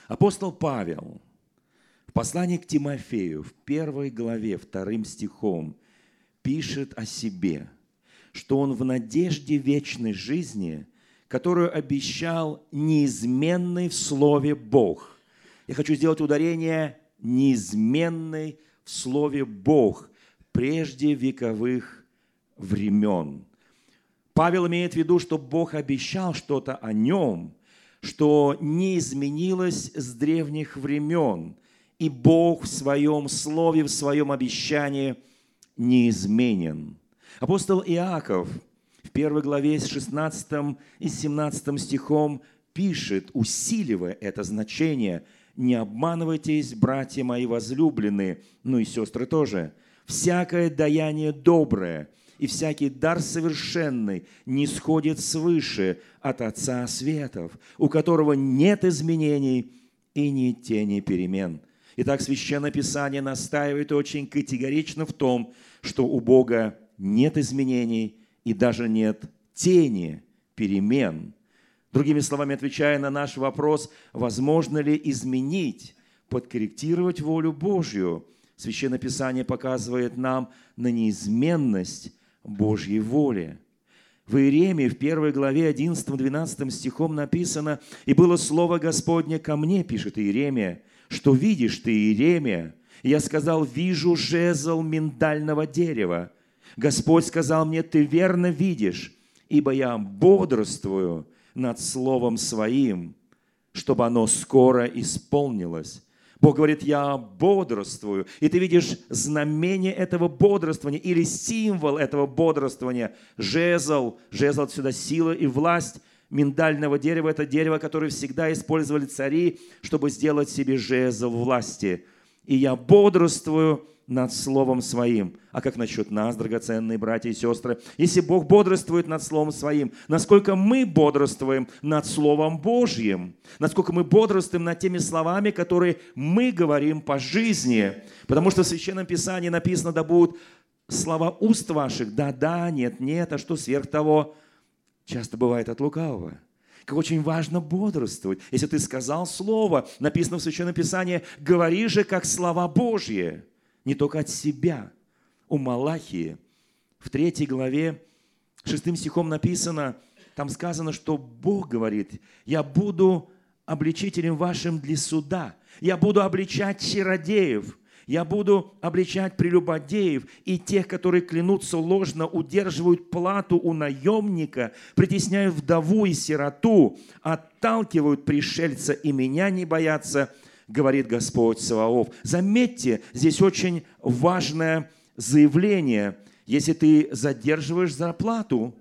Апостол Павел в послании к Тимофею в 1 главе 2 стихом пишет о себе, что он в надежде вечной жизни, которую обещал неизменный в Слове Бог. Я хочу сделать ударение «неизменный в Слове Бог» прежде вековых времен. Павел имеет в виду, что Бог обещал что-то о нем, что не изменилось с древних времен, и Бог в своем слове, в своем обещании неизменен. Апостол Иаков в 1 главе с 16 и 17 стихом пишет, усиливая это значение: «Не обманывайтесь, братья мои возлюбленные, ну и сестры тоже, всякое даяние доброе и всякий дар совершенный не сходит свыше от Отца Светов, у которого нет изменений и ни тени перемен». Итак, Священное Писание настаивает очень категорично в том, что у Бога нет изменений и даже нет тени перемен. Другими словами, отвечая на наш вопрос, возможно ли изменить, подкорректировать волю Божью, Священное Писание показывает нам на неизменность Божьей воли. В Иеремии в 1 главе 11-12 стихом написано: «И было слово Господне ко мне, — пишет Иеремия, — что видишь ты, Иеремия? И я сказал: вижу жезл миндального дерева. Господь сказал мне: ты верно видишь, ибо я бодрствую над словом своим, чтобы оно скоро исполнилось». Бог говорит: я бодрствую. И ты видишь знамение этого бодрствования или символ этого бодрствования. Жезл. Жезл – отсюда сила и власть. Миндального дерева – это дерево, которое всегда использовали цари, чтобы сделать себе жезл власти. И я бодрствую над Словом Своим. А как насчет нас, драгоценные братья и сестры? Если Бог бодрствует над Словом Своим, насколько мы бодрствуем над Словом Божьим? Насколько мы бодрствуем над теми словами, которые мы говорим по жизни? Потому что в Священном Писании написано: да будут слова уст ваших, да-да, нет-нет, а что сверх того? Часто бывает от лукавого. Как очень важно бодрствовать. Если ты сказал слово, написано в Священном Писании: говори же, как слова Божьи, не только от себя. У Малахии в 3 главе 6 стихом написано, там сказано, что Бог говорит: я буду обличителем вашим для суда, я буду обличать чародеев, я буду обличать прелюбодеев и тех, которые клянутся ложно, удерживают плату у наемника, притесняют вдову и сироту, отталкивают пришельца и меня не боятся, говорит Господь Саваоф. Заметьте, здесь очень важное заявление. Если ты задерживаешь зарплату,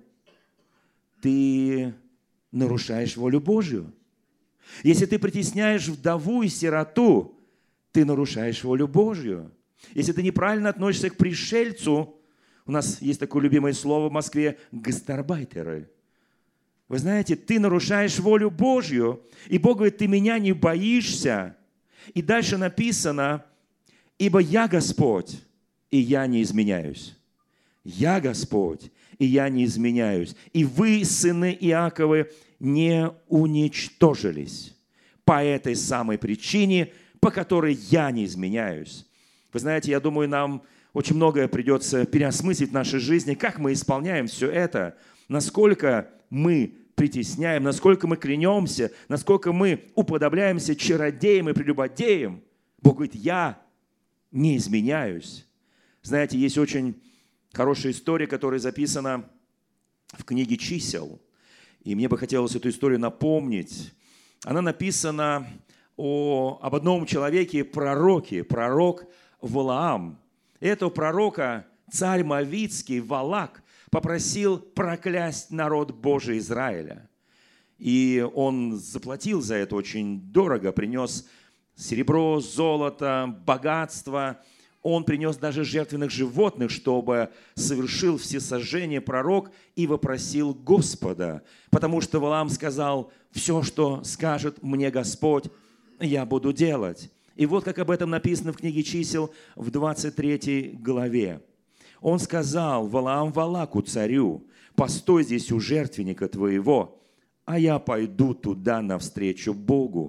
ты нарушаешь волю Божью. Если ты притесняешь вдову и сироту, ты нарушаешь волю Божью. Если ты неправильно относишься к пришельцу, у нас есть такое любимое слово в Москве – гастарбайтеры. Вы знаете, ты нарушаешь волю Божью, и Бог говорит: ты меня не боишься. И дальше написано: ибо я Господь, и я не изменяюсь. Я Господь, и я не изменяюсь. И вы, сыны Иаковы, не уничтожились по этой самой причине, по которой я не изменяюсь. Вы знаете, я думаю, нам очень многое придется переосмыслить в нашей жизни, как мы исполняем все это, насколько мы притесняем, насколько мы клянемся, насколько мы уподобляемся чародеям и прелюбодеям. Бог говорит: я не изменяюсь. Знаете, есть очень хорошая история, которая записана в книге «Чисел». И мне бы хотелось эту историю напомнить. Она написана об одном человеке, пророке, пророк Валаам. Этого пророка царь Моавитский Валак попросил проклясть народ Божий Израиля. И он заплатил за это очень дорого, принес серебро, золото, богатство. Он принес даже жертвенных животных, чтобы совершил всесожжение пророк и вопросил Господа. Потому что Валаам сказал: все, что скажет мне Господь, я буду делать. И вот как об этом написано в книге «Чисел» в 23 главе. Он сказал Валаам Валаку, царю: постой здесь у жертвенника твоего, а я пойду туда навстречу Богу.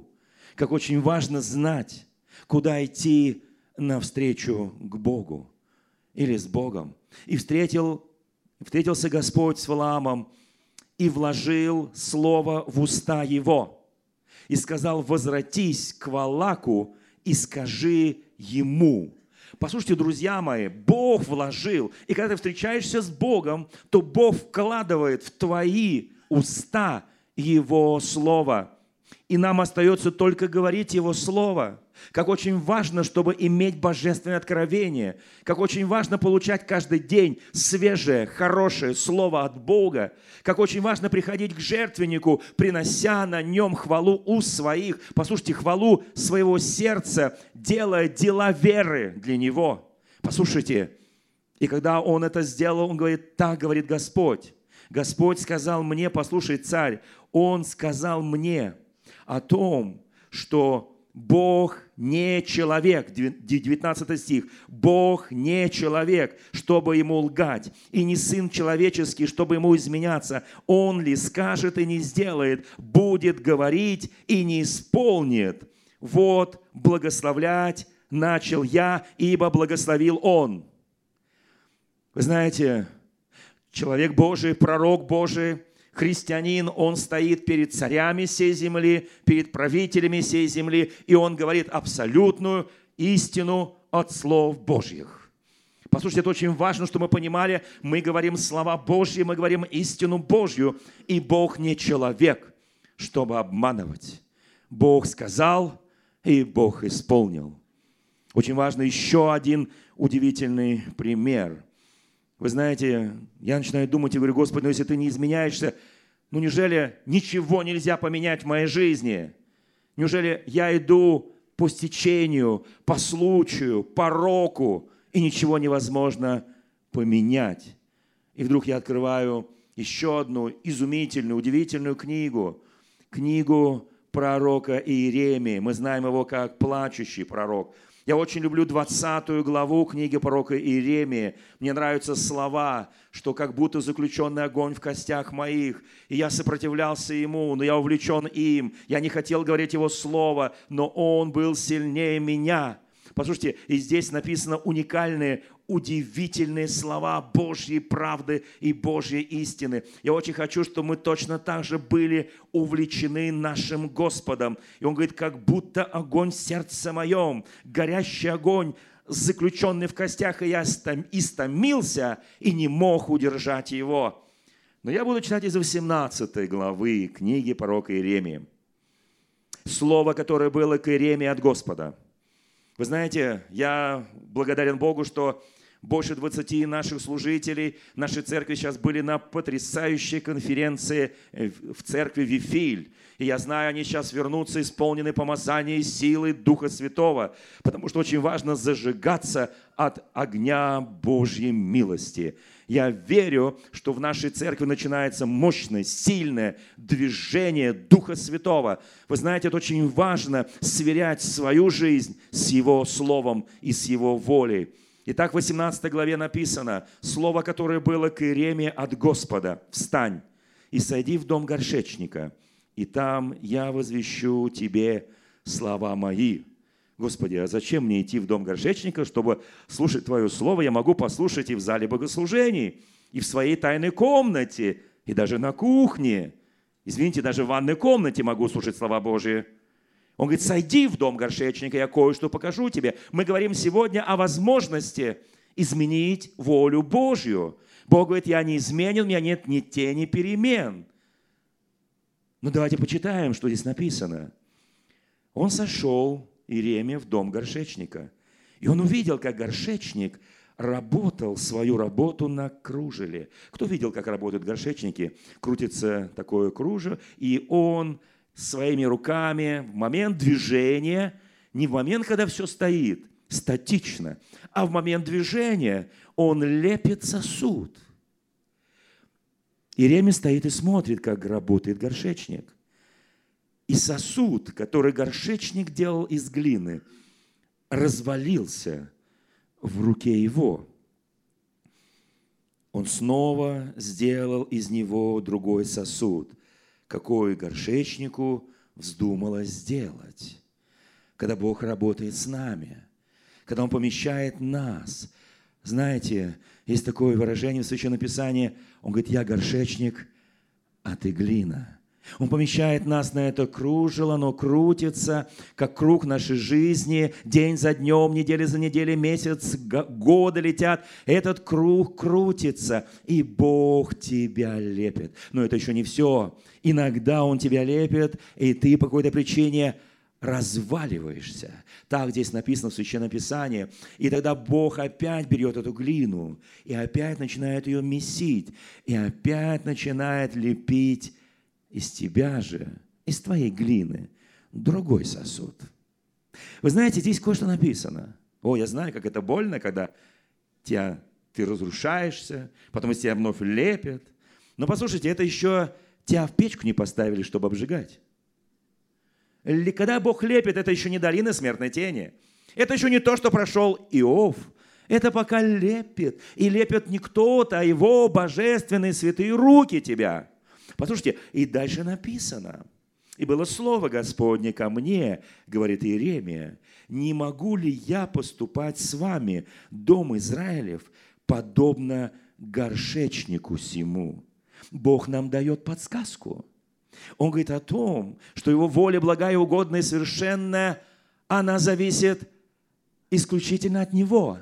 как очень важно знать, куда идти навстречу к Богу или с Богом. И встретился Господь с Валаамом и вложил слово в уста его. И сказал: возвратись к Валаку и скажи ему. Послушайте, друзья мои, Бог вложил. И когда ты встречаешься с Богом, то Бог вкладывает в твои уста Его Слово. И нам остается только говорить Его Слово. Как очень важно, чтобы иметь божественное откровение. Как очень важно получать каждый день свежее, хорошее Слово от Бога. Как очень важно приходить к жертвеннику, принося на нем хвалу уст своих. Послушайте, хвалу своего сердца, делая дела веры для Него. Послушайте, и когда он это сделал, он говорит: так говорит Господь. Господь сказал мне, послушай, царь, Он сказал мне о том, что Бог не человек, 19 стих, Бог не человек, чтобы ему лгать, и не сын человеческий, чтобы ему изменяться. Он ли скажет и не сделает, будет говорить и не исполнит. Вот благословлять начал я, ибо благословил Он. Вы знаете, человек Божий, пророк Божий, христианин, он стоит перед царями сей земли, перед правителями сей земли, и он говорит абсолютную истину от слов Божьих. Послушайте, это очень важно, что мы понимали, мы говорим слова Божьи, мы говорим истину Божью, и Бог не человек, чтобы обманывать. Бог сказал, и Бог исполнил. Очень важно еще один удивительный пример. Вы знаете, я начинаю думать и говорю: Господи, если Ты не изменяешься, неужели ничего нельзя поменять в моей жизни? Неужели я иду по стечению, по случаю, по року, и ничего невозможно поменять? И вдруг я открываю еще одну изумительную, удивительную книгу. Книгу пророка Иеремии. Мы знаем его как плачущий пророк. Я очень люблю 20 главу книги пророка Иеремии. Мне нравятся слова, что как будто заключенный огонь в костях моих. И я сопротивлялся ему, но я увлечен им. Я не хотел говорить его слово, но он был сильнее меня. Послушайте, и здесь написано уникальные, удивительные слова Божьей правды и Божьей истины. Я очень хочу, чтобы мы точно так же были увлечены нашим Господом. И он говорит: как будто огонь в сердце моем, горящий огонь, заключенный в костях, и я истомился и не мог удержать его. Но я буду читать из 18 главы книги пророка Иеремии. Слово, которое было к Иеремии от Господа. Вы знаете, я благодарен Богу, что больше 20 наших служителей нашей церкви сейчас были на потрясающей конференции в церкви Вифиль. И я знаю, они сейчас вернутся исполнены помазания и силы Духа Святого, потому что очень важно зажигаться от огня Божьей милости. Я верю, что в нашей церкви начинается мощное, сильное движение Духа Святого. Вы знаете, это очень важно сверять свою жизнь с Его Словом и с Его волей. Итак, в 18 главе написано: слово, которое было к Иеремии от Господа: «Встань и сойди в дом горшечника, и там я возвещу тебе слова мои». Господи, а зачем мне идти в дом горшечника, чтобы слушать Твое Слово? Я могу послушать и в зале богослужений, и в своей тайной комнате, и даже на кухне. Извините, даже в ванной комнате могу слушать слова Божьи. Он говорит: сойди в дом горшечника, я кое-что покажу тебе. Мы говорим сегодня о возможности изменить волю Божью. Бог говорит: я не изменен, у меня нет ни тени перемен. Но давайте почитаем, что здесь написано. Он сошел, Иеремия, в дом горшечника. И он увидел, как горшечник работал свою работу на кружеле. Кто видел, как работают горшечники? Крутится такое кружево, и он своими руками в момент движения, не в момент, когда все стоит, статично, а в момент движения он лепит сосуд. Иеремия стоит и смотрит, как работает горшечник. И сосуд, который горшечник делал из глины, развалился в руке его. Он снова сделал из него другой сосуд, какой горшечнику вздумалось сделать. Когда Бог работает с нами, когда Он помещает нас. Знаете, есть такое выражение в Священном Писании. Он говорит: я горшечник, а ты глина. Он помещает нас на это кружево, оно крутится, как круг нашей жизни, день за днем, неделя за неделей, месяц, годы летят. Этот круг крутится, и Бог тебя лепит. Но это еще не все. Иногда Он тебя лепит, и ты по какой-то причине разваливаешься. Так здесь написано в Священном Писании. И тогда Бог опять берет эту глину, и опять начинает ее месить, и опять начинает лепить из тебя же, из твоей глины, другой сосуд. Вы знаете, здесь кое-что написано. О, я знаю, как это больно, когда ты разрушаешься, потом из тебя вновь лепят. Но послушайте, это еще тебя в печку не поставили, чтобы обжигать. Или когда Бог лепит, это еще не долина смертной тени. Это еще не то, что прошел Иов. Это пока лепит. И лепит не кто-то, а Его божественные святые руки тебя. Послушайте, и дальше написано. «И было слово Господне ко мне, говорит Иеремия, не могу ли я поступать с вами, дом Израилев, подобно горшечнику сему?» Бог нам дает подсказку. Он говорит о том, что Его воля благая, угодная и совершенная, она зависит исключительно от Него.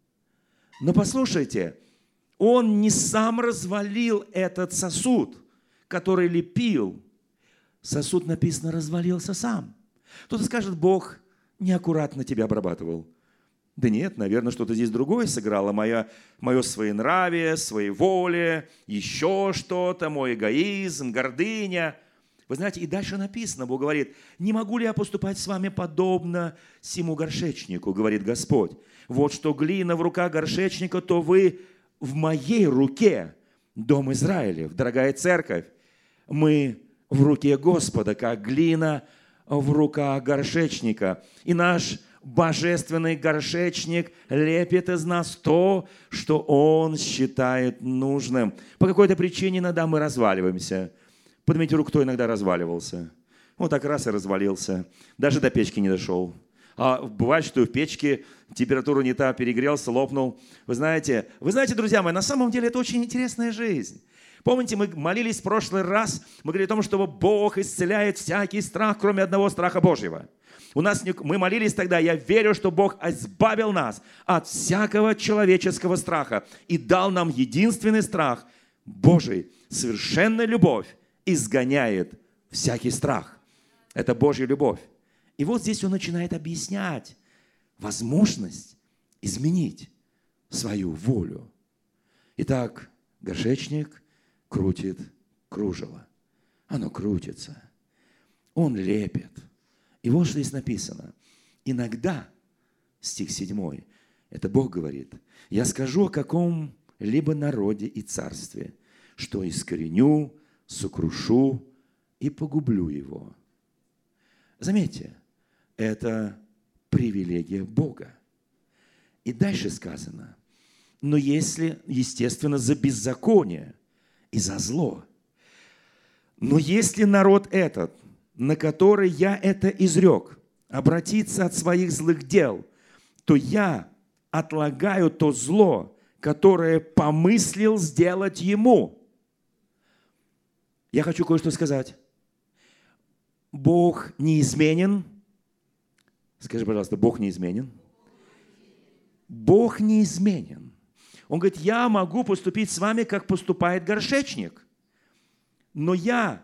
Но послушайте, Он не сам развалил этот сосуд, который лепил. Сосуд, написано, развалился сам. Кто-то скажет: Бог неаккуратно тебя обрабатывал. Да нет, наверное, что-то здесь другое сыграло. Мое своенравие, своеволие, еще что-то, мой эгоизм, гордыня. Вы знаете, и дальше написано, Бог говорит: не могу ли я поступать с вами подобно сему горшечнику, говорит Господь. Вот что глина в руках горшечника, то вы в моей руке, дом Израилев, дорогая церковь. Мы в руке Господа, как глина в руках горшечника. И наш божественный горшечник лепит из нас то, что Он считает нужным. По какой-то причине иногда мы разваливаемся. Поднимите руку, кто иногда разваливался. Вот так раз и развалился. Даже до печки не дошел. А бывает, что в печке температура не та, перегрелся, лопнул. Вы знаете, друзья мои, на самом деле это очень интересная жизнь. Помните, мы молились в прошлый раз, мы говорили о том, что Бог исцеляет всякий страх, кроме одного страха Божьего. Мы молились тогда: я верю, что Бог избавил нас от всякого человеческого страха и дал нам единственный страх Божий. Совершенная любовь изгоняет всякий страх. Это Божья любовь. И вот здесь Он начинает объяснять возможность изменить свою волю. Итак, горшечник крутит кружево. Оно крутится. Он лепит. И вот что здесь написано. Иногда, стих 7, это Бог говорит: я скажу о каком-либо народе и царстве, что искореню, сокрушу и погублю его. Заметьте, это привилегия Бога. И дальше сказано: но если, естественно, за беззаконие и за зло, но если народ этот, на который я это изрек, обратится от своих злых дел, то я отлагаю то зло, которое помыслил сделать ему. Я хочу кое-что сказать. Бог неизменен. Скажи, пожалуйста, Бог неизменен? Бог неизменен. Он говорит: я могу поступить с вами, как поступает горшечник, но я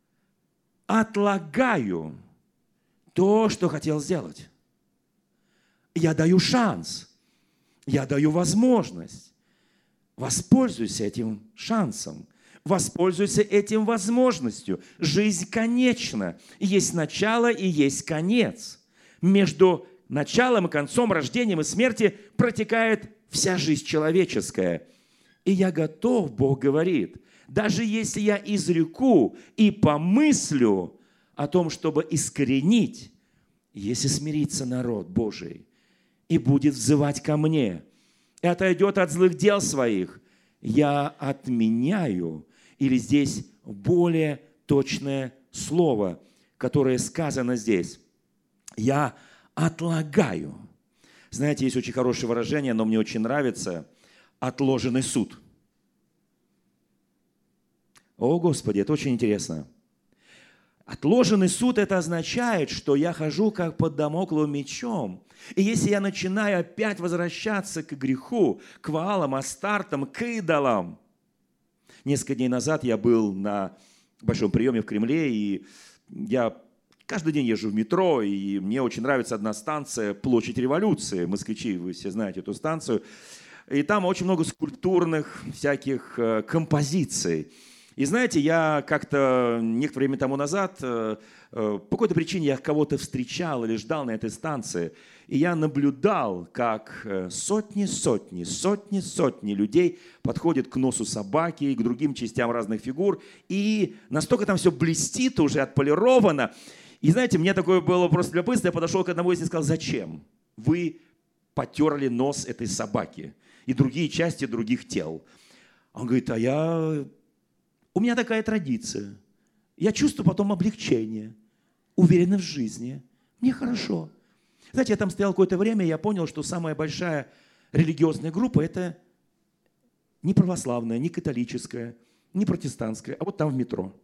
отлагаю то, что хотел сделать. Я даю шанс, я даю возможность. Воспользуйся этим шансом, воспользуйся этим возможностью. Жизнь конечна. Есть начало и есть конец. Между началом и концом, рождением и смертью протекает вся жизнь человеческая. И я готов, Бог говорит, даже если я изреку и помыслю о том, чтобы искоренить, если смирится народ Божий и будет взывать ко мне, и отойдет от злых дел своих, я отменяю, или здесь более точное слово, которое сказано здесь. Я отлагаю. Знаете, есть очень хорошее выражение, оно мне очень нравится. Отложенный суд. О, Господи, это очень интересно. Отложенный суд – это означает, что я хожу как под дамокловым мечом. И если я начинаю опять возвращаться к греху, к Ваалам, Астартам, к идолам. Несколько дней назад я был на большом приеме в Кремле, и я каждый день езжу в метро, и мне очень нравится одна станция «Площадь Революции». Москвичи, вы все знаете эту станцию. И там очень много скульптурных всяких композиций. И знаете, я как-то некоторое время тому назад, по какой-то причине я кого-то встречал или ждал на этой станции, и я наблюдал, как сотни людей подходят к носу собаки и к другим частям разных фигур, и настолько там все блестит, уже отполировано. И знаете, мне такое было просто любопытство, я подошел к одному из них и сказал: зачем вы потерли нос этой собаки и другие части других тел? Он говорит: у меня такая традиция. Я чувствую потом облегчение, уверенность в жизни. Мне хорошо. Знаете, я там стоял какое-то время, и я понял, что самая большая религиозная группа – это не православная, не католическая, не протестантская, а вот там в метро.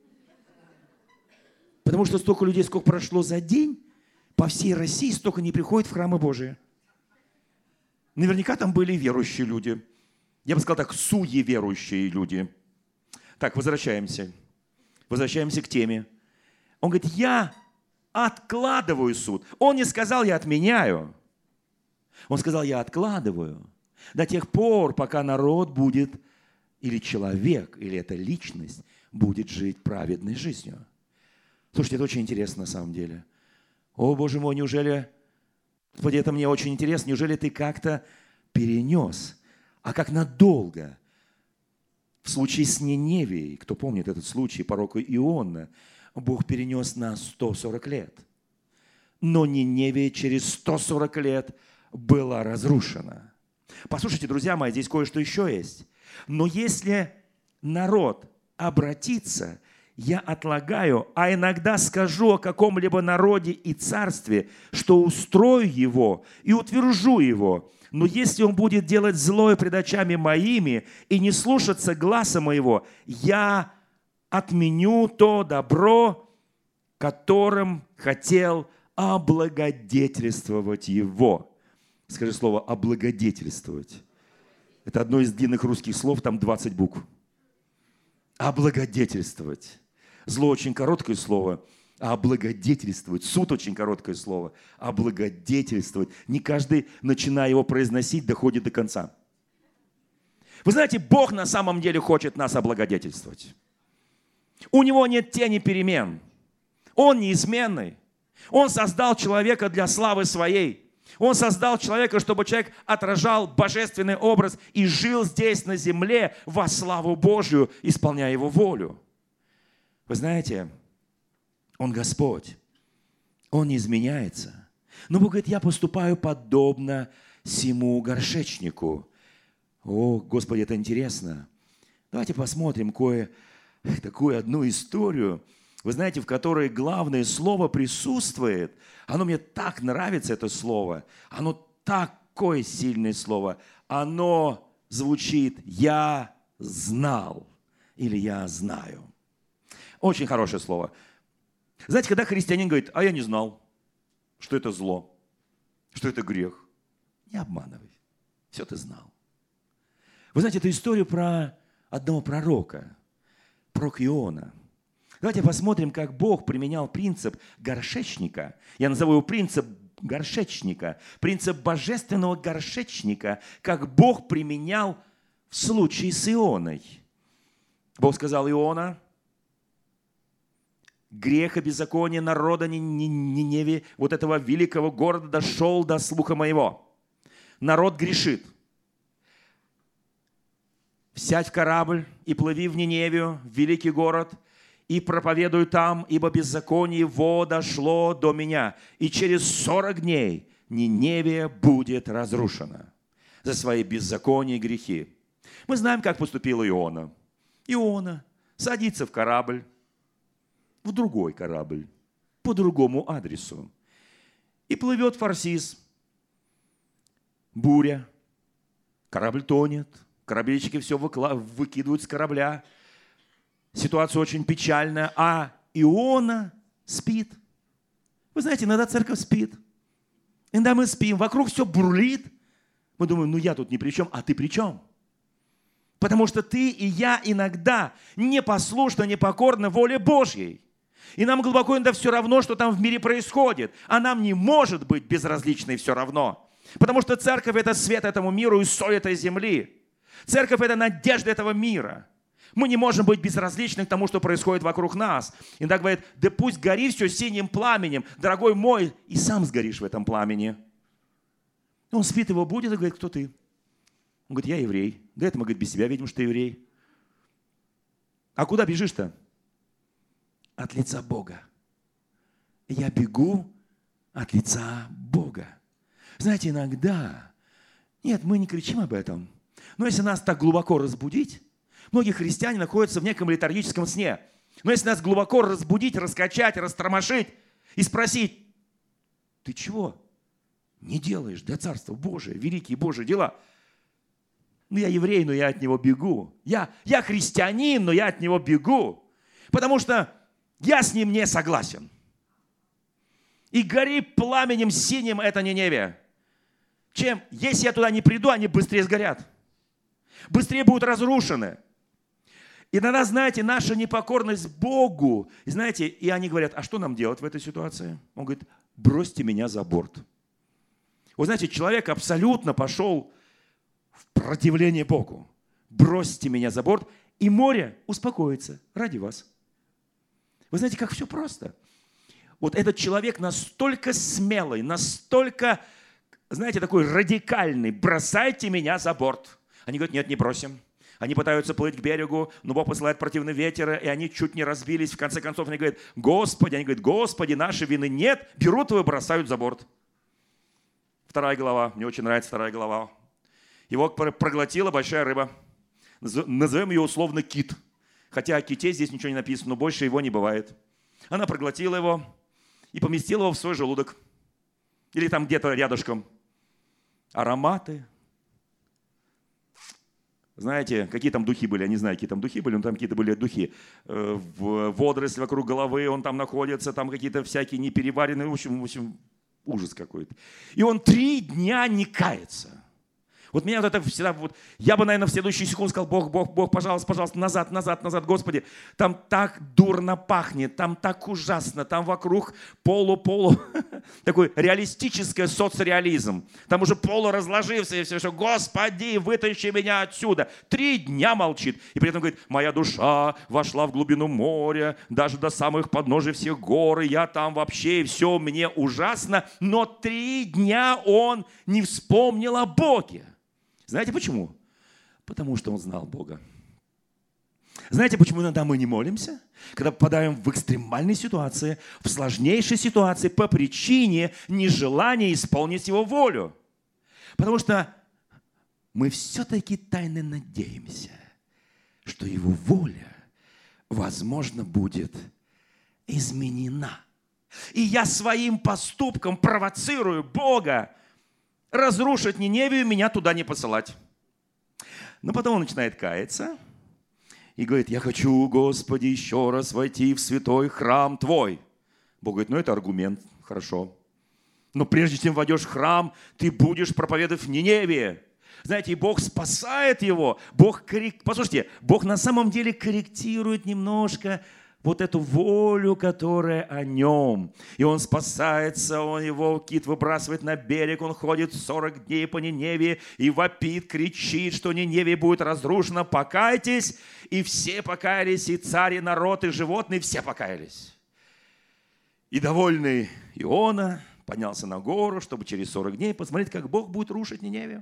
Потому что столько людей, сколько прошло за день, по всей России столько не приходит в храмы Божии. Наверняка там были верующие люди. Я бы сказал так, суеверующие люди. Так, возвращаемся. Возвращаемся к теме. Он говорит: я откладываю суд. Он не сказал: я отменяю. Он сказал: я откладываю до тех пор, пока народ будет, или человек, или эта личность будет жить праведной жизнью. Слушайте, это очень интересно на самом деле. О, Боже мой, неужели, Господи, это мне очень интересно, неужели ты как-то перенес, а как надолго? В случае с Ниневией, кто помнит этот случай, пророка Иона, Бог перенес на 140 лет. Но Ниневия через 140 лет была разрушена. Послушайте, друзья мои, здесь кое-что еще есть. Но если народ обратится, я отлагаю, а иногда скажу о каком-либо народе и царстве, что устрою его и утвержу его. Но если он будет делать злое пред очами моими и не слушаться гласа моего, я отменю то добро, которым хотел облагодетельствовать его. Скажи слово «облагодетельствовать». Это одно из длинных русских слов, там 20 букв. Облагодетельствовать. Зло очень короткое слово, а облагодетельствовать. Суд очень короткое слово. Облагодетельствовать. Не каждый, начиная его произносить, доходит до конца. Вы знаете, Бог на самом деле хочет нас облагодетельствовать. У Него нет тени перемен. Он неизменный. Он создал человека для славы своей. Он создал человека, чтобы человек отражал божественный образ и жил здесь на земле во славу Божию, исполняя Его волю. Вы знаете, Он Господь. Он не изменяется. Но Бог говорит: я поступаю подобно сему горшечнику. О, Господи, это интересно. Давайте посмотрим такую одну историю, вы знаете, в которой главное слово присутствует. Оно мне так нравится, это слово. Оно такое сильное слово. Оно звучит «я знал» или «я знаю». Очень хорошее слово. Знаете, когда христианин говорит: а я не знал, что это зло, что это грех. Не обманывай. Все ты знал. Вы знаете, эту историю про одного пророка, пророк Иона. Давайте посмотрим, как Бог применял принцип горшечника. Я назову его принцип горшечника. Принцип божественного горшечника, как Бог применял в случае с Ионой. Бог сказал: Иона, грех и беззаконие народа Ниневии, вот этого великого города, дошел до слуха моего. Народ грешит. Сядь в корабль и плыви в Ниневию, в великий город, и проповедуй там, ибо беззаконие его дошло до меня. И через 40 дней Ниневия будет разрушена за свои беззакония и грехи. Мы знаем, как поступил Иона. Иона садится в корабль, в другой корабль, по другому адресу. И плывет Фарсис. Буря. Корабль тонет. Корабельщики все выкидывают с корабля. Ситуация очень печальная. А Иона спит. Вы знаете, иногда церковь спит. Иногда мы спим. Вокруг все бурлит. Мы думаем, ну я тут ни при чем, а ты при чем? Потому что ты и я иногда непослушны, непокорны воле Божьей. И нам глубоко иногда все равно, что там в мире происходит. А нам не может быть безразличной все равно. Потому что церковь – это свет этому миру и соль этой земли. Церковь – это надежда этого мира. Мы не можем быть безразличны к тому, что происходит вокруг нас. Иногда говорит, да пусть горит все синим пламенем. Дорогой мой, и сам сгоришь в этом пламени. Он спит, его будет, и говорит, кто ты? Он говорит, я еврей. Да это мы, говорит, без себя видим, что ты еврей. А куда бежишь-то? От лица Бога. Я бегу от лица Бога. Знаете, иногда, нет, мы не кричим об этом, но если нас так глубоко разбудить, многие христиане находятся в неком летаргическом сне, но если нас глубоко разбудить, раскачать, растормошить и спросить, ты чего не делаешь для Царства Божия, великие Божьи дела? Ну, я еврей, но я от него бегу. Я христианин, но я от него бегу, потому что я с ним не согласен. И гори пламенем синим это Ниневия. Если я туда не приду, они быстрее сгорят. Быстрее будут разрушены. И иногда, знаете, наша непокорность Богу. И знаете, и они говорят, а что нам делать в этой ситуации? Он говорит, бросьте меня за борт. Вы знаете, человек абсолютно пошел в противление Богу. Бросьте меня за борт, и море успокоится ради вас. Вы знаете, как все просто. Вот этот человек настолько смелый, настолько, знаете, такой радикальный. Бросайте меня за борт. Они говорят, нет, не бросим. Они пытаются плыть к берегу, но Бог посылает противный ветер, и они чуть не разбились. В конце концов, они говорят, Господи, нашей вины нет. Берут его и бросают за борт. 2 глава, мне очень нравится 2 глава. Его проглотила большая рыба. Назовем ее условно кит. Хотя о ките здесь ничего не написано, но больше его не бывает. Она проглотила его и поместила его в свой желудок. Или там где-то рядышком. Ароматы. Знаете, какие там духи были? Я не знаю, какие там духи были, но там какие-то были духи. Водоросли вокруг головы, он там находится, там какие-то всякие непереваренные, в общем, ужас какой-то. И он 3 дня не кается. Вот меня вот это всегда, я бы, наверное, в следующую секунду сказал, Бог, пожалуйста, назад, Господи. Там так дурно пахнет, там так ужасно, там вокруг полу, такой реалистический соцреализм. Там уже полуразложился, и все, что, Господи, вытащи меня отсюда. 3 дня молчит. И при этом говорит, моя душа вошла в глубину моря, даже до самых подножий всех гор, и я там вообще, и все мне ужасно. Но 3 дня он не вспомнил о Боге. Знаете почему? Потому что он знал Бога. Знаете, почему иногда мы не молимся? Когда попадаем в экстремальные ситуации, в сложнейшие ситуации по причине нежелания исполнить Его волю. Потому что мы все-таки тайно надеемся, что Его воля, возможно, будет изменена. И я своим поступком провоцирую Бога разрушить Ниневию, меня туда не посылать. Но потом он начинает каяться и говорит, я хочу, Господи, еще раз войти в святой храм Твой. Бог говорит, это аргумент, хорошо. Но прежде чем войдешь в храм, ты будешь проповедовать в Ниневии. Знаете, и Бог спасает его. Послушайте, Бог на самом деле корректирует немножко вот эту волю, которая о нем. И он спасается, его кит выбрасывает на берег, он ходит 40 дней по Ниневии и вопит, кричит, что Ниневия будет разрушена, покайтесь. И все покаялись, и царь, и народ, и животные, все покаялись. И довольный Иона поднялся на гору, чтобы через 40 дней посмотреть, как Бог будет рушить Ниневию.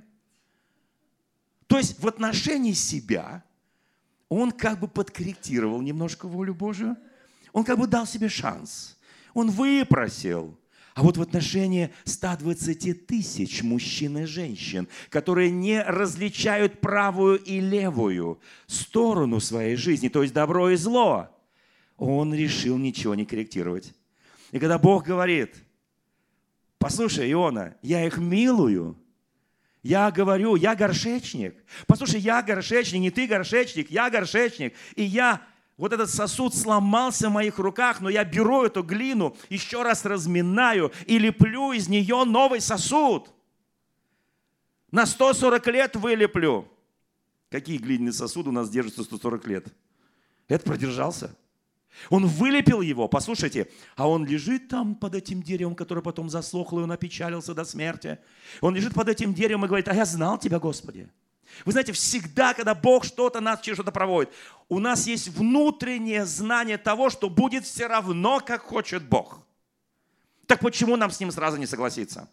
То есть в отношении себя он как бы подкорректировал немножко волю Божию. Он как бы дал себе шанс. Он выпросил. А вот в отношении 120 тысяч мужчин и женщин, которые не различают правую и левую сторону своей жизни, то есть добро и зло, он решил ничего не корректировать. И когда Бог говорит, послушай, Иона, я их милую, я говорю, я горшечник. Послушай, я горшечник, не ты горшечник, я горшечник. И вот этот сосуд сломался в моих руках, но я беру эту глину, еще раз разминаю и леплю из нее новый сосуд. На 140 лет вылеплю. Какие глиняные сосуды у нас держатся 140 лет? Это продержался. Он вылепил его, послушайте, а он лежит там под этим деревом, которое потом засохло, и он опечалился до смерти. Он лежит под этим деревом и говорит, а я знал тебя, Господи. Вы знаете, всегда, когда Бог нас через что-то проводит, у нас есть внутреннее знание того, что будет все равно, как хочет Бог. Так почему нам с Ним сразу не согласиться?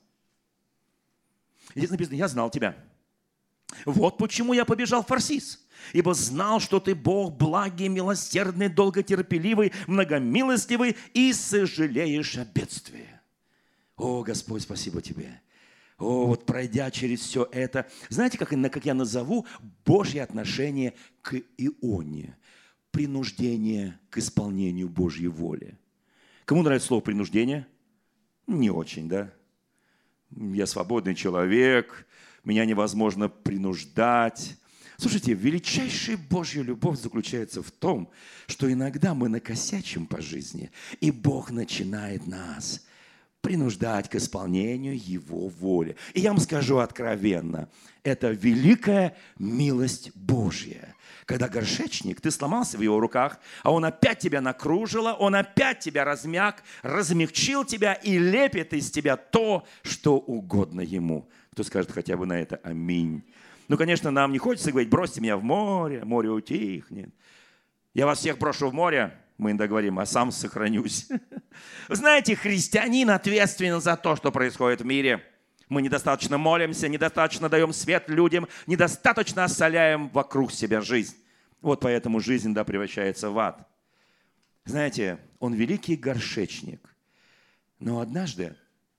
Здесь написано, я знал тебя. Вот почему я побежал в Фарсис. Ибо знал, что ты Бог благий, милосердный, долготерпеливый, многомилостивый и сожалеешь о бедствии. О, Господь, спасибо тебе. О, вот пройдя через все это, знаете, как я назову Божье отношение к Ионе? Принуждение к исполнению Божьей воли. Кому нравится слово принуждение? Не очень, да? Я свободный человек, меня невозможно принуждать. Слушайте, величайшая Божья любовь заключается в том, что иногда мы накосячим по жизни, и Бог начинает нас принуждать к исполнению Его воли. И я вам скажу откровенно, это великая милость Божья. Когда горшечник, ты сломался в его руках, а он опять тебя накружил, он опять тебя размягчил тебя и лепит из тебя то, что угодно ему. Кто скажет хотя бы на это аминь? Ну, конечно, нам не хочется говорить, бросьте меня в море, море утихнет. Я вас всех брошу в море, мы иногда говорим, а сам сохранюсь. Вы знаете, христианин ответственен за то, что происходит в мире. Мы недостаточно молимся, недостаточно даем свет людям, недостаточно осоляем вокруг себя жизнь. Вот поэтому жизнь, превращается в ад. Знаете, он великий горшечник. Но однажды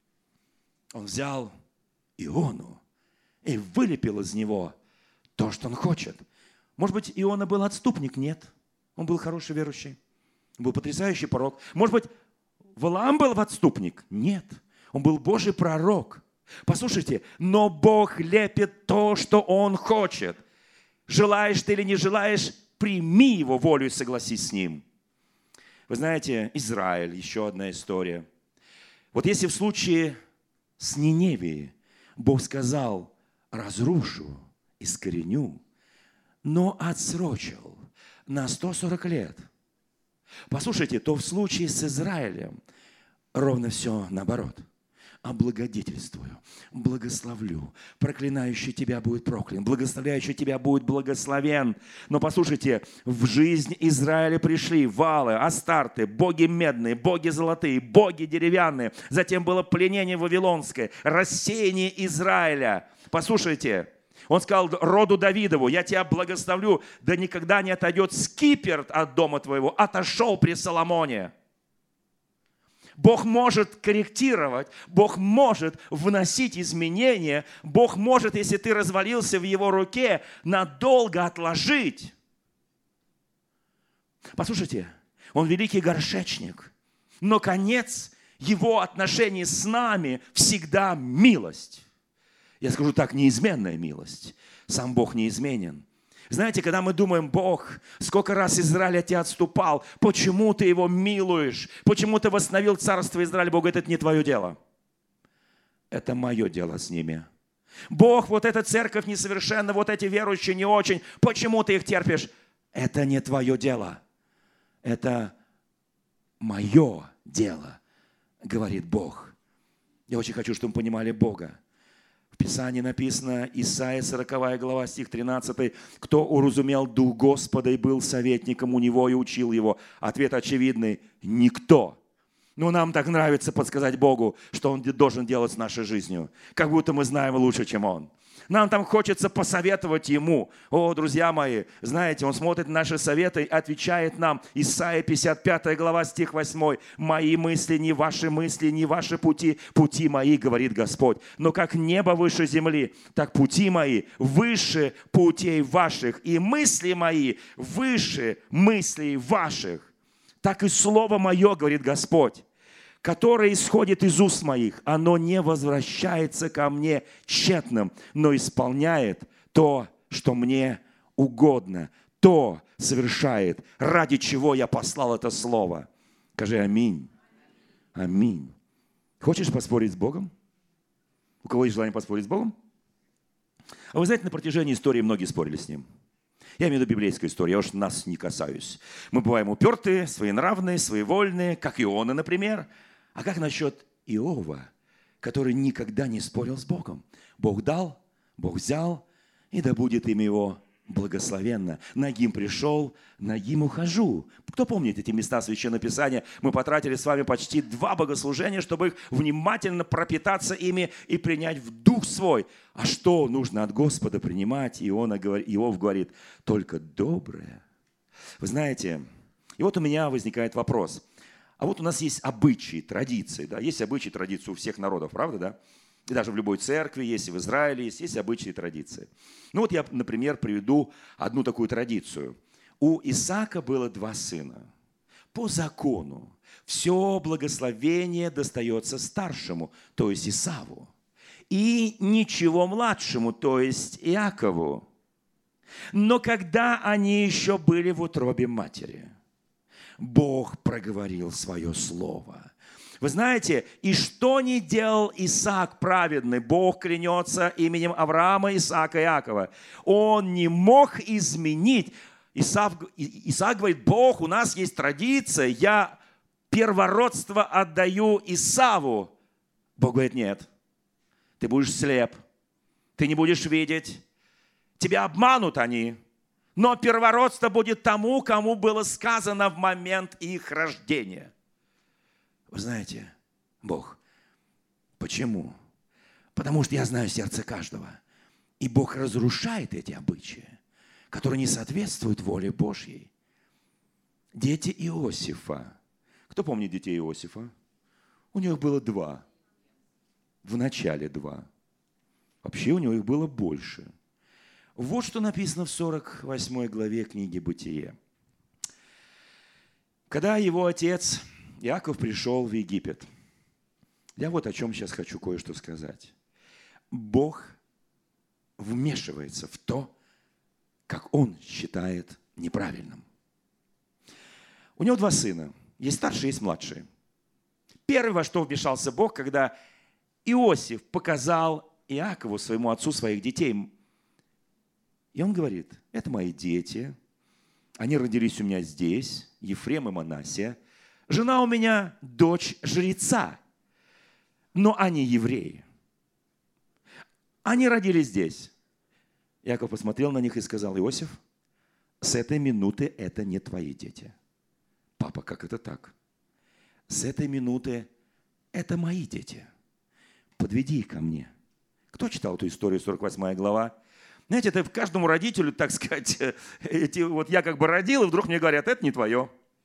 он взял Иону и вылепил из него то, что он хочет. Может быть, Иона был отступник? Нет. Он был хороший верующий. Он был потрясающий пророк. Может быть, Валаам был отступник? Нет. Он был Божий пророк. Послушайте, но Бог лепит то, что Он хочет. Желаешь ты или не желаешь, прими Его волю и согласись с Ним. Вы знаете, Израиль, еще одна история. Вот если в случае с Ниневией Бог сказал, разрушу, искореню, но отсрочил на 140 лет. Послушайте, то в случае с Израилем ровно все наоборот. Облагодетельствую, благословлю, проклинающий тебя будет проклят, благословляющий тебя будет благословен. Но послушайте, в жизнь Израиля пришли Ваалы, Астарты, боги медные, боги золотые, боги деревянные. Затем было пленение вавилонское, рассеяние Израиля. Послушайте, он сказал роду Давидову, я тебя благословлю, да никогда не отойдет скипетр от дома твоего, отошел при Соломоне. Бог может корректировать, Бог может вносить изменения, Бог может, если ты развалился в Его руке, надолго отложить. Послушайте, Он великий горшечник, но конец Его отношений с нами всегда милость. Я скажу так, неизменная милость. Сам Бог неизменен. Знаете, когда мы думаем, Бог, сколько раз Израиль от тебя отступал, почему ты его милуешь, почему ты восстановил царство Израиля, Бог говорит, это не твое дело. Это мое дело с ними. Бог, вот эта церковь несовершенна, вот эти верующие не очень, почему ты их терпишь? Это не твое дело. Это мое дело, говорит Бог. Я очень хочу, чтобы вы понимали Бога. В Писании написано, Исайя 40 глава, стих 13, «Кто уразумел дух Господа и был советником у него и учил его?» Ответ очевидный – никто. Но нам так нравится подсказать Богу, что Он должен делать с нашей жизнью. Как будто мы знаем лучше, чем Он. Нам там хочется посоветовать Ему. О, друзья мои, знаете, Он смотрит на наши советы и отвечает нам. Исайя 55 глава, стих 8. «Мои мысли, не ваши пути, пути мои, говорит Господь. Но как небо выше земли, так пути мои выше путей ваших, и мысли мои выше мыслей ваших. Так и слово мое, говорит Господь. которое исходит из уст моих, оно не возвращается ко мне тщетным, но исполняет то, что мне угодно, то совершает, ради чего я послал это слово. Скажи аминь. Аминь. Хочешь поспорить с Богом? У кого есть желание поспорить с Богом? А вы знаете, на протяжении истории многие спорили с Ним. Я имею в виду библейскую историю, я уж нас не касаюсь. Мы бываем упертые, своенравные, своевольные, как Ионы, например. А как насчет Иова, который никогда не спорил с Богом? Бог дал, Бог взял, и да будет имя Его благословенно. Нагим пришел, нагим ухожу. Кто помнит эти места Священного Писания? Мы потратили с вами почти 2 богослужения, чтобы их внимательно пропитаться ими и принять в дух свой. А что нужно от Господа принимать? Иов говорит, только доброе. Вы знаете, и вот у меня возникает вопрос. А вот у нас есть обычаи, традиции. Да? Есть обычаи, традиции у всех народов, правда, да? И даже в любой церкви есть, и в Израиле есть обычаи и традиции. Ну вот я, например, приведу одну такую традицию. У Исаака было 2 сына. По закону все благословение достается старшему, то есть Исаву, и ничего младшему, то есть Иакову. Но когда они еще были в утробе матери, Бог проговорил свое слово. Вы знаете, и что не делал Исаак праведный, Бог клянется именем Авраама, Исаака и Иакова. Он не мог изменить. Исаак говорит, Бог, у нас есть традиция, я первородство отдаю Исаву. Бог говорит, нет, ты будешь слеп, ты не будешь видеть, тебя обманут они. Но первородство будет тому, кому было сказано в момент их рождения. Вы знаете, Бог, почему? Потому что я знаю сердце каждого. И Бог разрушает эти обычаи, которые не соответствуют воле Божьей. Дети Иосифа. Кто помнит детей Иосифа? У них было 2. В начале 2. Вообще у него их было больше. Вот что написано в 48 главе книги «Бытие». Когда его отец Иаков пришел в Египет, я вот о чем сейчас хочу кое-что сказать. Бог вмешивается в то, как он считает неправильным. У него 2 сына. Есть старший, есть младший. Первый, во что вмешался Бог, когда Иосиф показал Иакову, своему отцу, своих детей. И он говорит, это мои дети, они родились у меня здесь, Ефрем и Манассия. Жена у меня дочь жреца, но они евреи. Они родились здесь. Иаков посмотрел на них и сказал, Иосиф, с этой минуты это не твои дети. Папа, как это так? С этой минуты это мои дети. Подведи их ко мне. Кто читал эту историю, 48 глава? Знаете, это каждому родителю, так сказать, вот я как бы родил, и вдруг мне говорят, это не твое.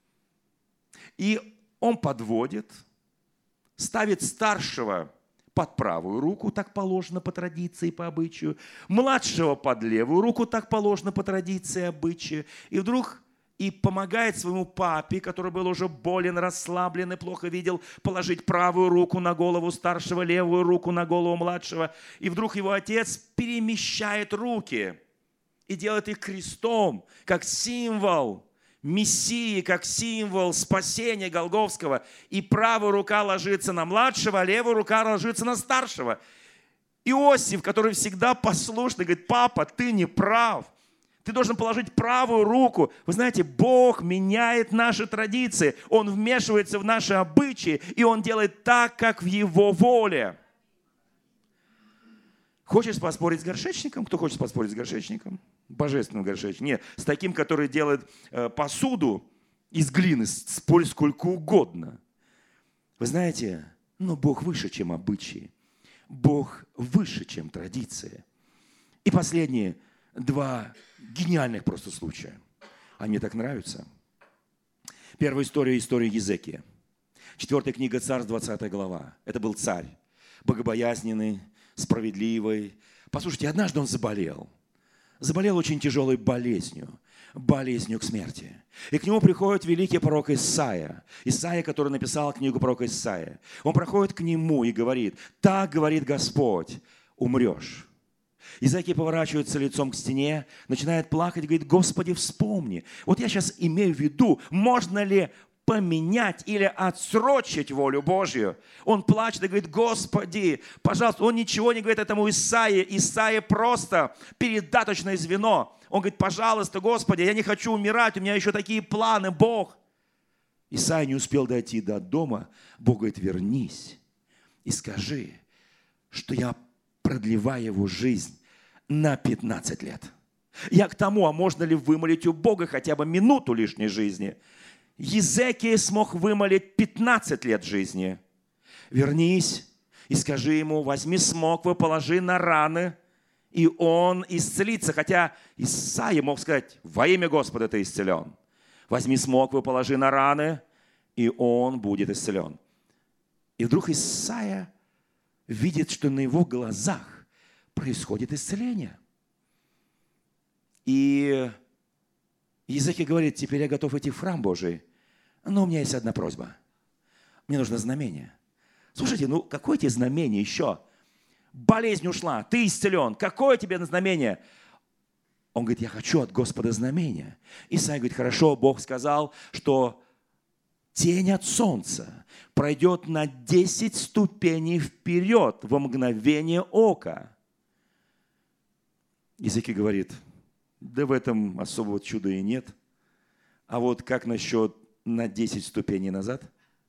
И он подводит, ставит старшего под правую руку, так положено по традиции, по обычаю, младшего под левую руку, так положено по традиции, обычаю, и вдруг и помогает своему папе, который был уже болен, расслаблен и плохо видел, положить правую руку на голову старшего, левую руку на голову младшего. И вдруг его отец перемещает руки и делает их крестом, как символ Мессии, как символ спасения Голгофского. И правая рука ложится на младшего, а левая рука ложится на старшего. Иосиф, который всегда послушный, говорит, папа, ты не прав. Ты должен положить правую руку. Вы знаете, Бог меняет наши традиции. Он вмешивается в наши обычаи, и Он делает так, как в Его воле. Хочешь поспорить с горшечником? Кто хочет поспорить с горшечником? Божественным горшечником. Нет, с таким, который делает посуду из глины, спорь сколько угодно. Вы знаете, но Бог выше, чем обычаи. Бог выше, чем традиции. И последние 2 гениальных просто случая. Они мне так нравятся. Первая история – история Езекия. 4 книга Царств, 20 глава. Это был царь, богобоязненный, справедливый. Послушайте, однажды он заболел. Заболел очень тяжелой болезнью. болезнью к смерти. И к нему приходит великий пророк Исаия. Исаия, который написал книгу пророка Исаия. Он проходит к нему и говорит: так говорит Господь, умрешь. Изакий поворачивается лицом к стене, начинает плакать и говорит: Господи, вспомни. Вот я сейчас имею в виду, можно ли поменять или отсрочить волю Божью. Он плачет и говорит: Господи, пожалуйста. Он ничего не говорит этому Исаии. Исаия просто передаточное звено. Он говорит: пожалуйста, Господи, я не хочу умирать, у меня еще такие планы, Бог. Исаия не успел дойти до дома. Бог говорит: вернись и скажи, что я продлеваю его жизнь на 15 лет. Я к тому, а можно ли вымолить у Бога хотя бы минуту лишней жизни? Езекия смог вымолить 15 лет жизни. Вернись и скажи ему: возьми смоквы, положи на раны, и он исцелится. Хотя Исаия мог сказать: во имя Господа ты исцелен. Возьми смоквы, положи на раны, и он будет исцелен. И вдруг Исаия видит, что на его глазах происходит исцеление. И Езекия говорит: теперь я готов идти в храм Божий, но у меня есть одна просьба. Мне нужно знамение. Слушайте, какое тебе знамение еще? Болезнь ушла, ты исцелен. Какое тебе знамение? Он говорит: я хочу от Господа знамения. Исаия говорит: хорошо, Бог сказал, что тень от солнца пройдет на 10 ступеней вперед во мгновение ока. Езекия говорит: да в этом особого чуда и нет. А вот как насчет на 10 ступеней назад?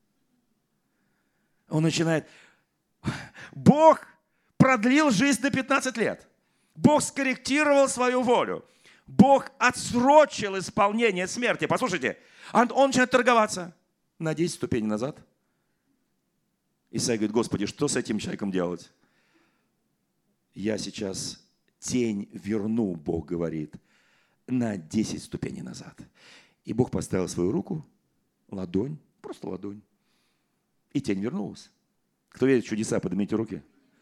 Он начинает: Бог продлил жизнь на 15 лет. Бог скорректировал свою волю. Бог отсрочил исполнение смерти. Послушайте, он начинает торговаться на 10 ступеней назад. Исаия говорит: Господи, что с этим человеком делать? Я сейчас тень верну, Бог говорит, на 10 ступеней назад. И Бог поставил свою руку, ладонь, просто ладонь, и тень вернулась. Кто верит в чудеса, поднимите руки.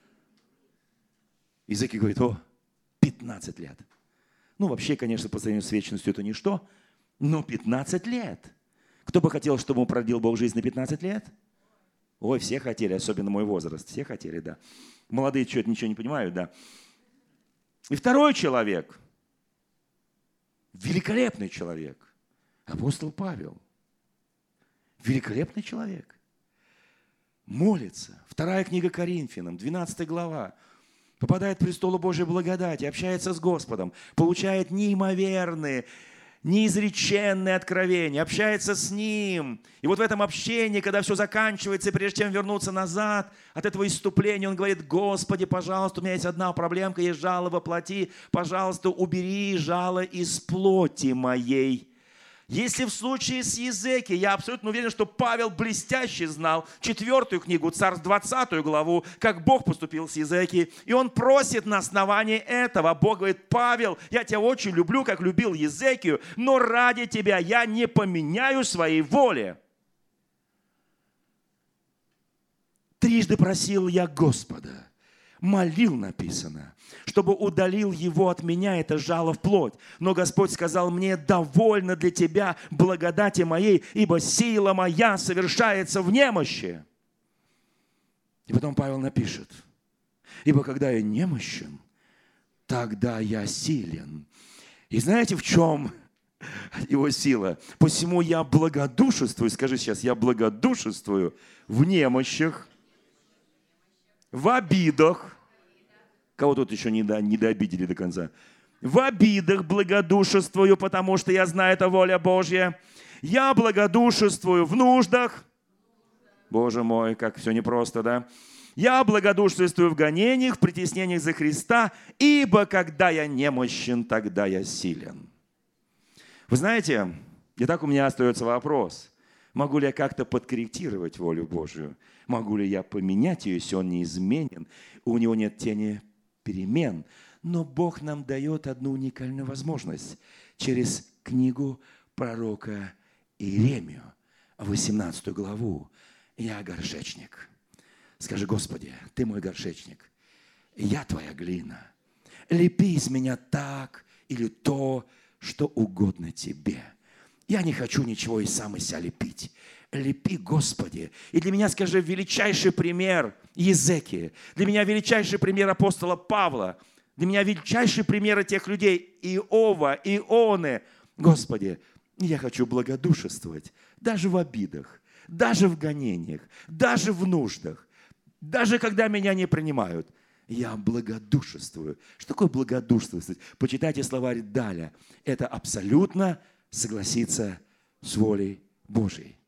Езекия говорит: 15 лет. Вообще, конечно, по сравнению с вечностью это ничто, но 15 лет. Кто бы хотел, чтобы ему продлил Бог жизнь на 15 лет? Ой, все хотели, особенно мой возраст. Все хотели, да. Молодые что-то ничего не понимают, да. И второй человек, великолепный человек, апостол Павел. Великолепный человек. Молится. 2 книга Коринфянам, 12 глава. Попадает к престолу Божьей благодати, общается с Господом, получает неимоверные, неизреченные откровения, общается с Ним. И вот в этом общении, когда все заканчивается, прежде чем вернуться назад от этого исступления, он говорит: Господи, пожалуйста, у меня есть одна проблемка, есть жало во плоти, пожалуйста, убери жало из плоти моей. Если в случае с Езекией, я абсолютно уверен, что Павел блестяще знал 4 книгу Царств, 20 главу, как Бог поступил с Езекией. И он просит на основании этого. Бог говорит: Павел, я тебя очень люблю, как любил Езекию, но ради тебя я не поменяю своей воли. Трижды просил я Господа, молил, написано, чтобы удалил его от меня, это жало в плоть. Но Господь сказал мне: довольно для тебя благодати моей, ибо сила моя совершается в немощи. И потом Павел напишет: ибо когда я немощен, тогда я силен. И знаете, в чем его сила? Посему я благодушествую, скажи сейчас: я благодушествую в немощах, в обидах. Кого тут еще не дообидели до конца? В обидах благодушествую, потому что я знаю, это воля Божья. Я благодушествую в нуждах. Боже мой, как все непросто, да? Я благодушествую в гонениях, в притеснениях за Христа, ибо когда я немощен, тогда я силен. Вы знаете, и так у меня остается вопрос. Могу ли я как-то подкорректировать волю Божию? Могу ли я поменять ее, если он неизменен? У него нет тени перемен. Но Бог нам дает одну уникальную возможность через книгу пророка Иеремию, 18 главу. Я горшечник. Скажи: Господи, Ты мой горшечник, я Твоя глина. Лепи из меня так или то, что угодно тебе. Я не хочу ничего и сам из себя лепить. Лепи, Господи. И для меня, скажи, величайший пример Иезекии. Для меня величайший пример апостола Павла. Для меня величайший пример тех людей Иова, Ионы. Господи, я хочу благодушествовать даже в обидах, даже в гонениях, даже в нуждах, даже когда меня не принимают. Я благодушествую. Что такое благодушествовать? Почитайте словарь Даля. Это абсолютно согласиться с волей Божией.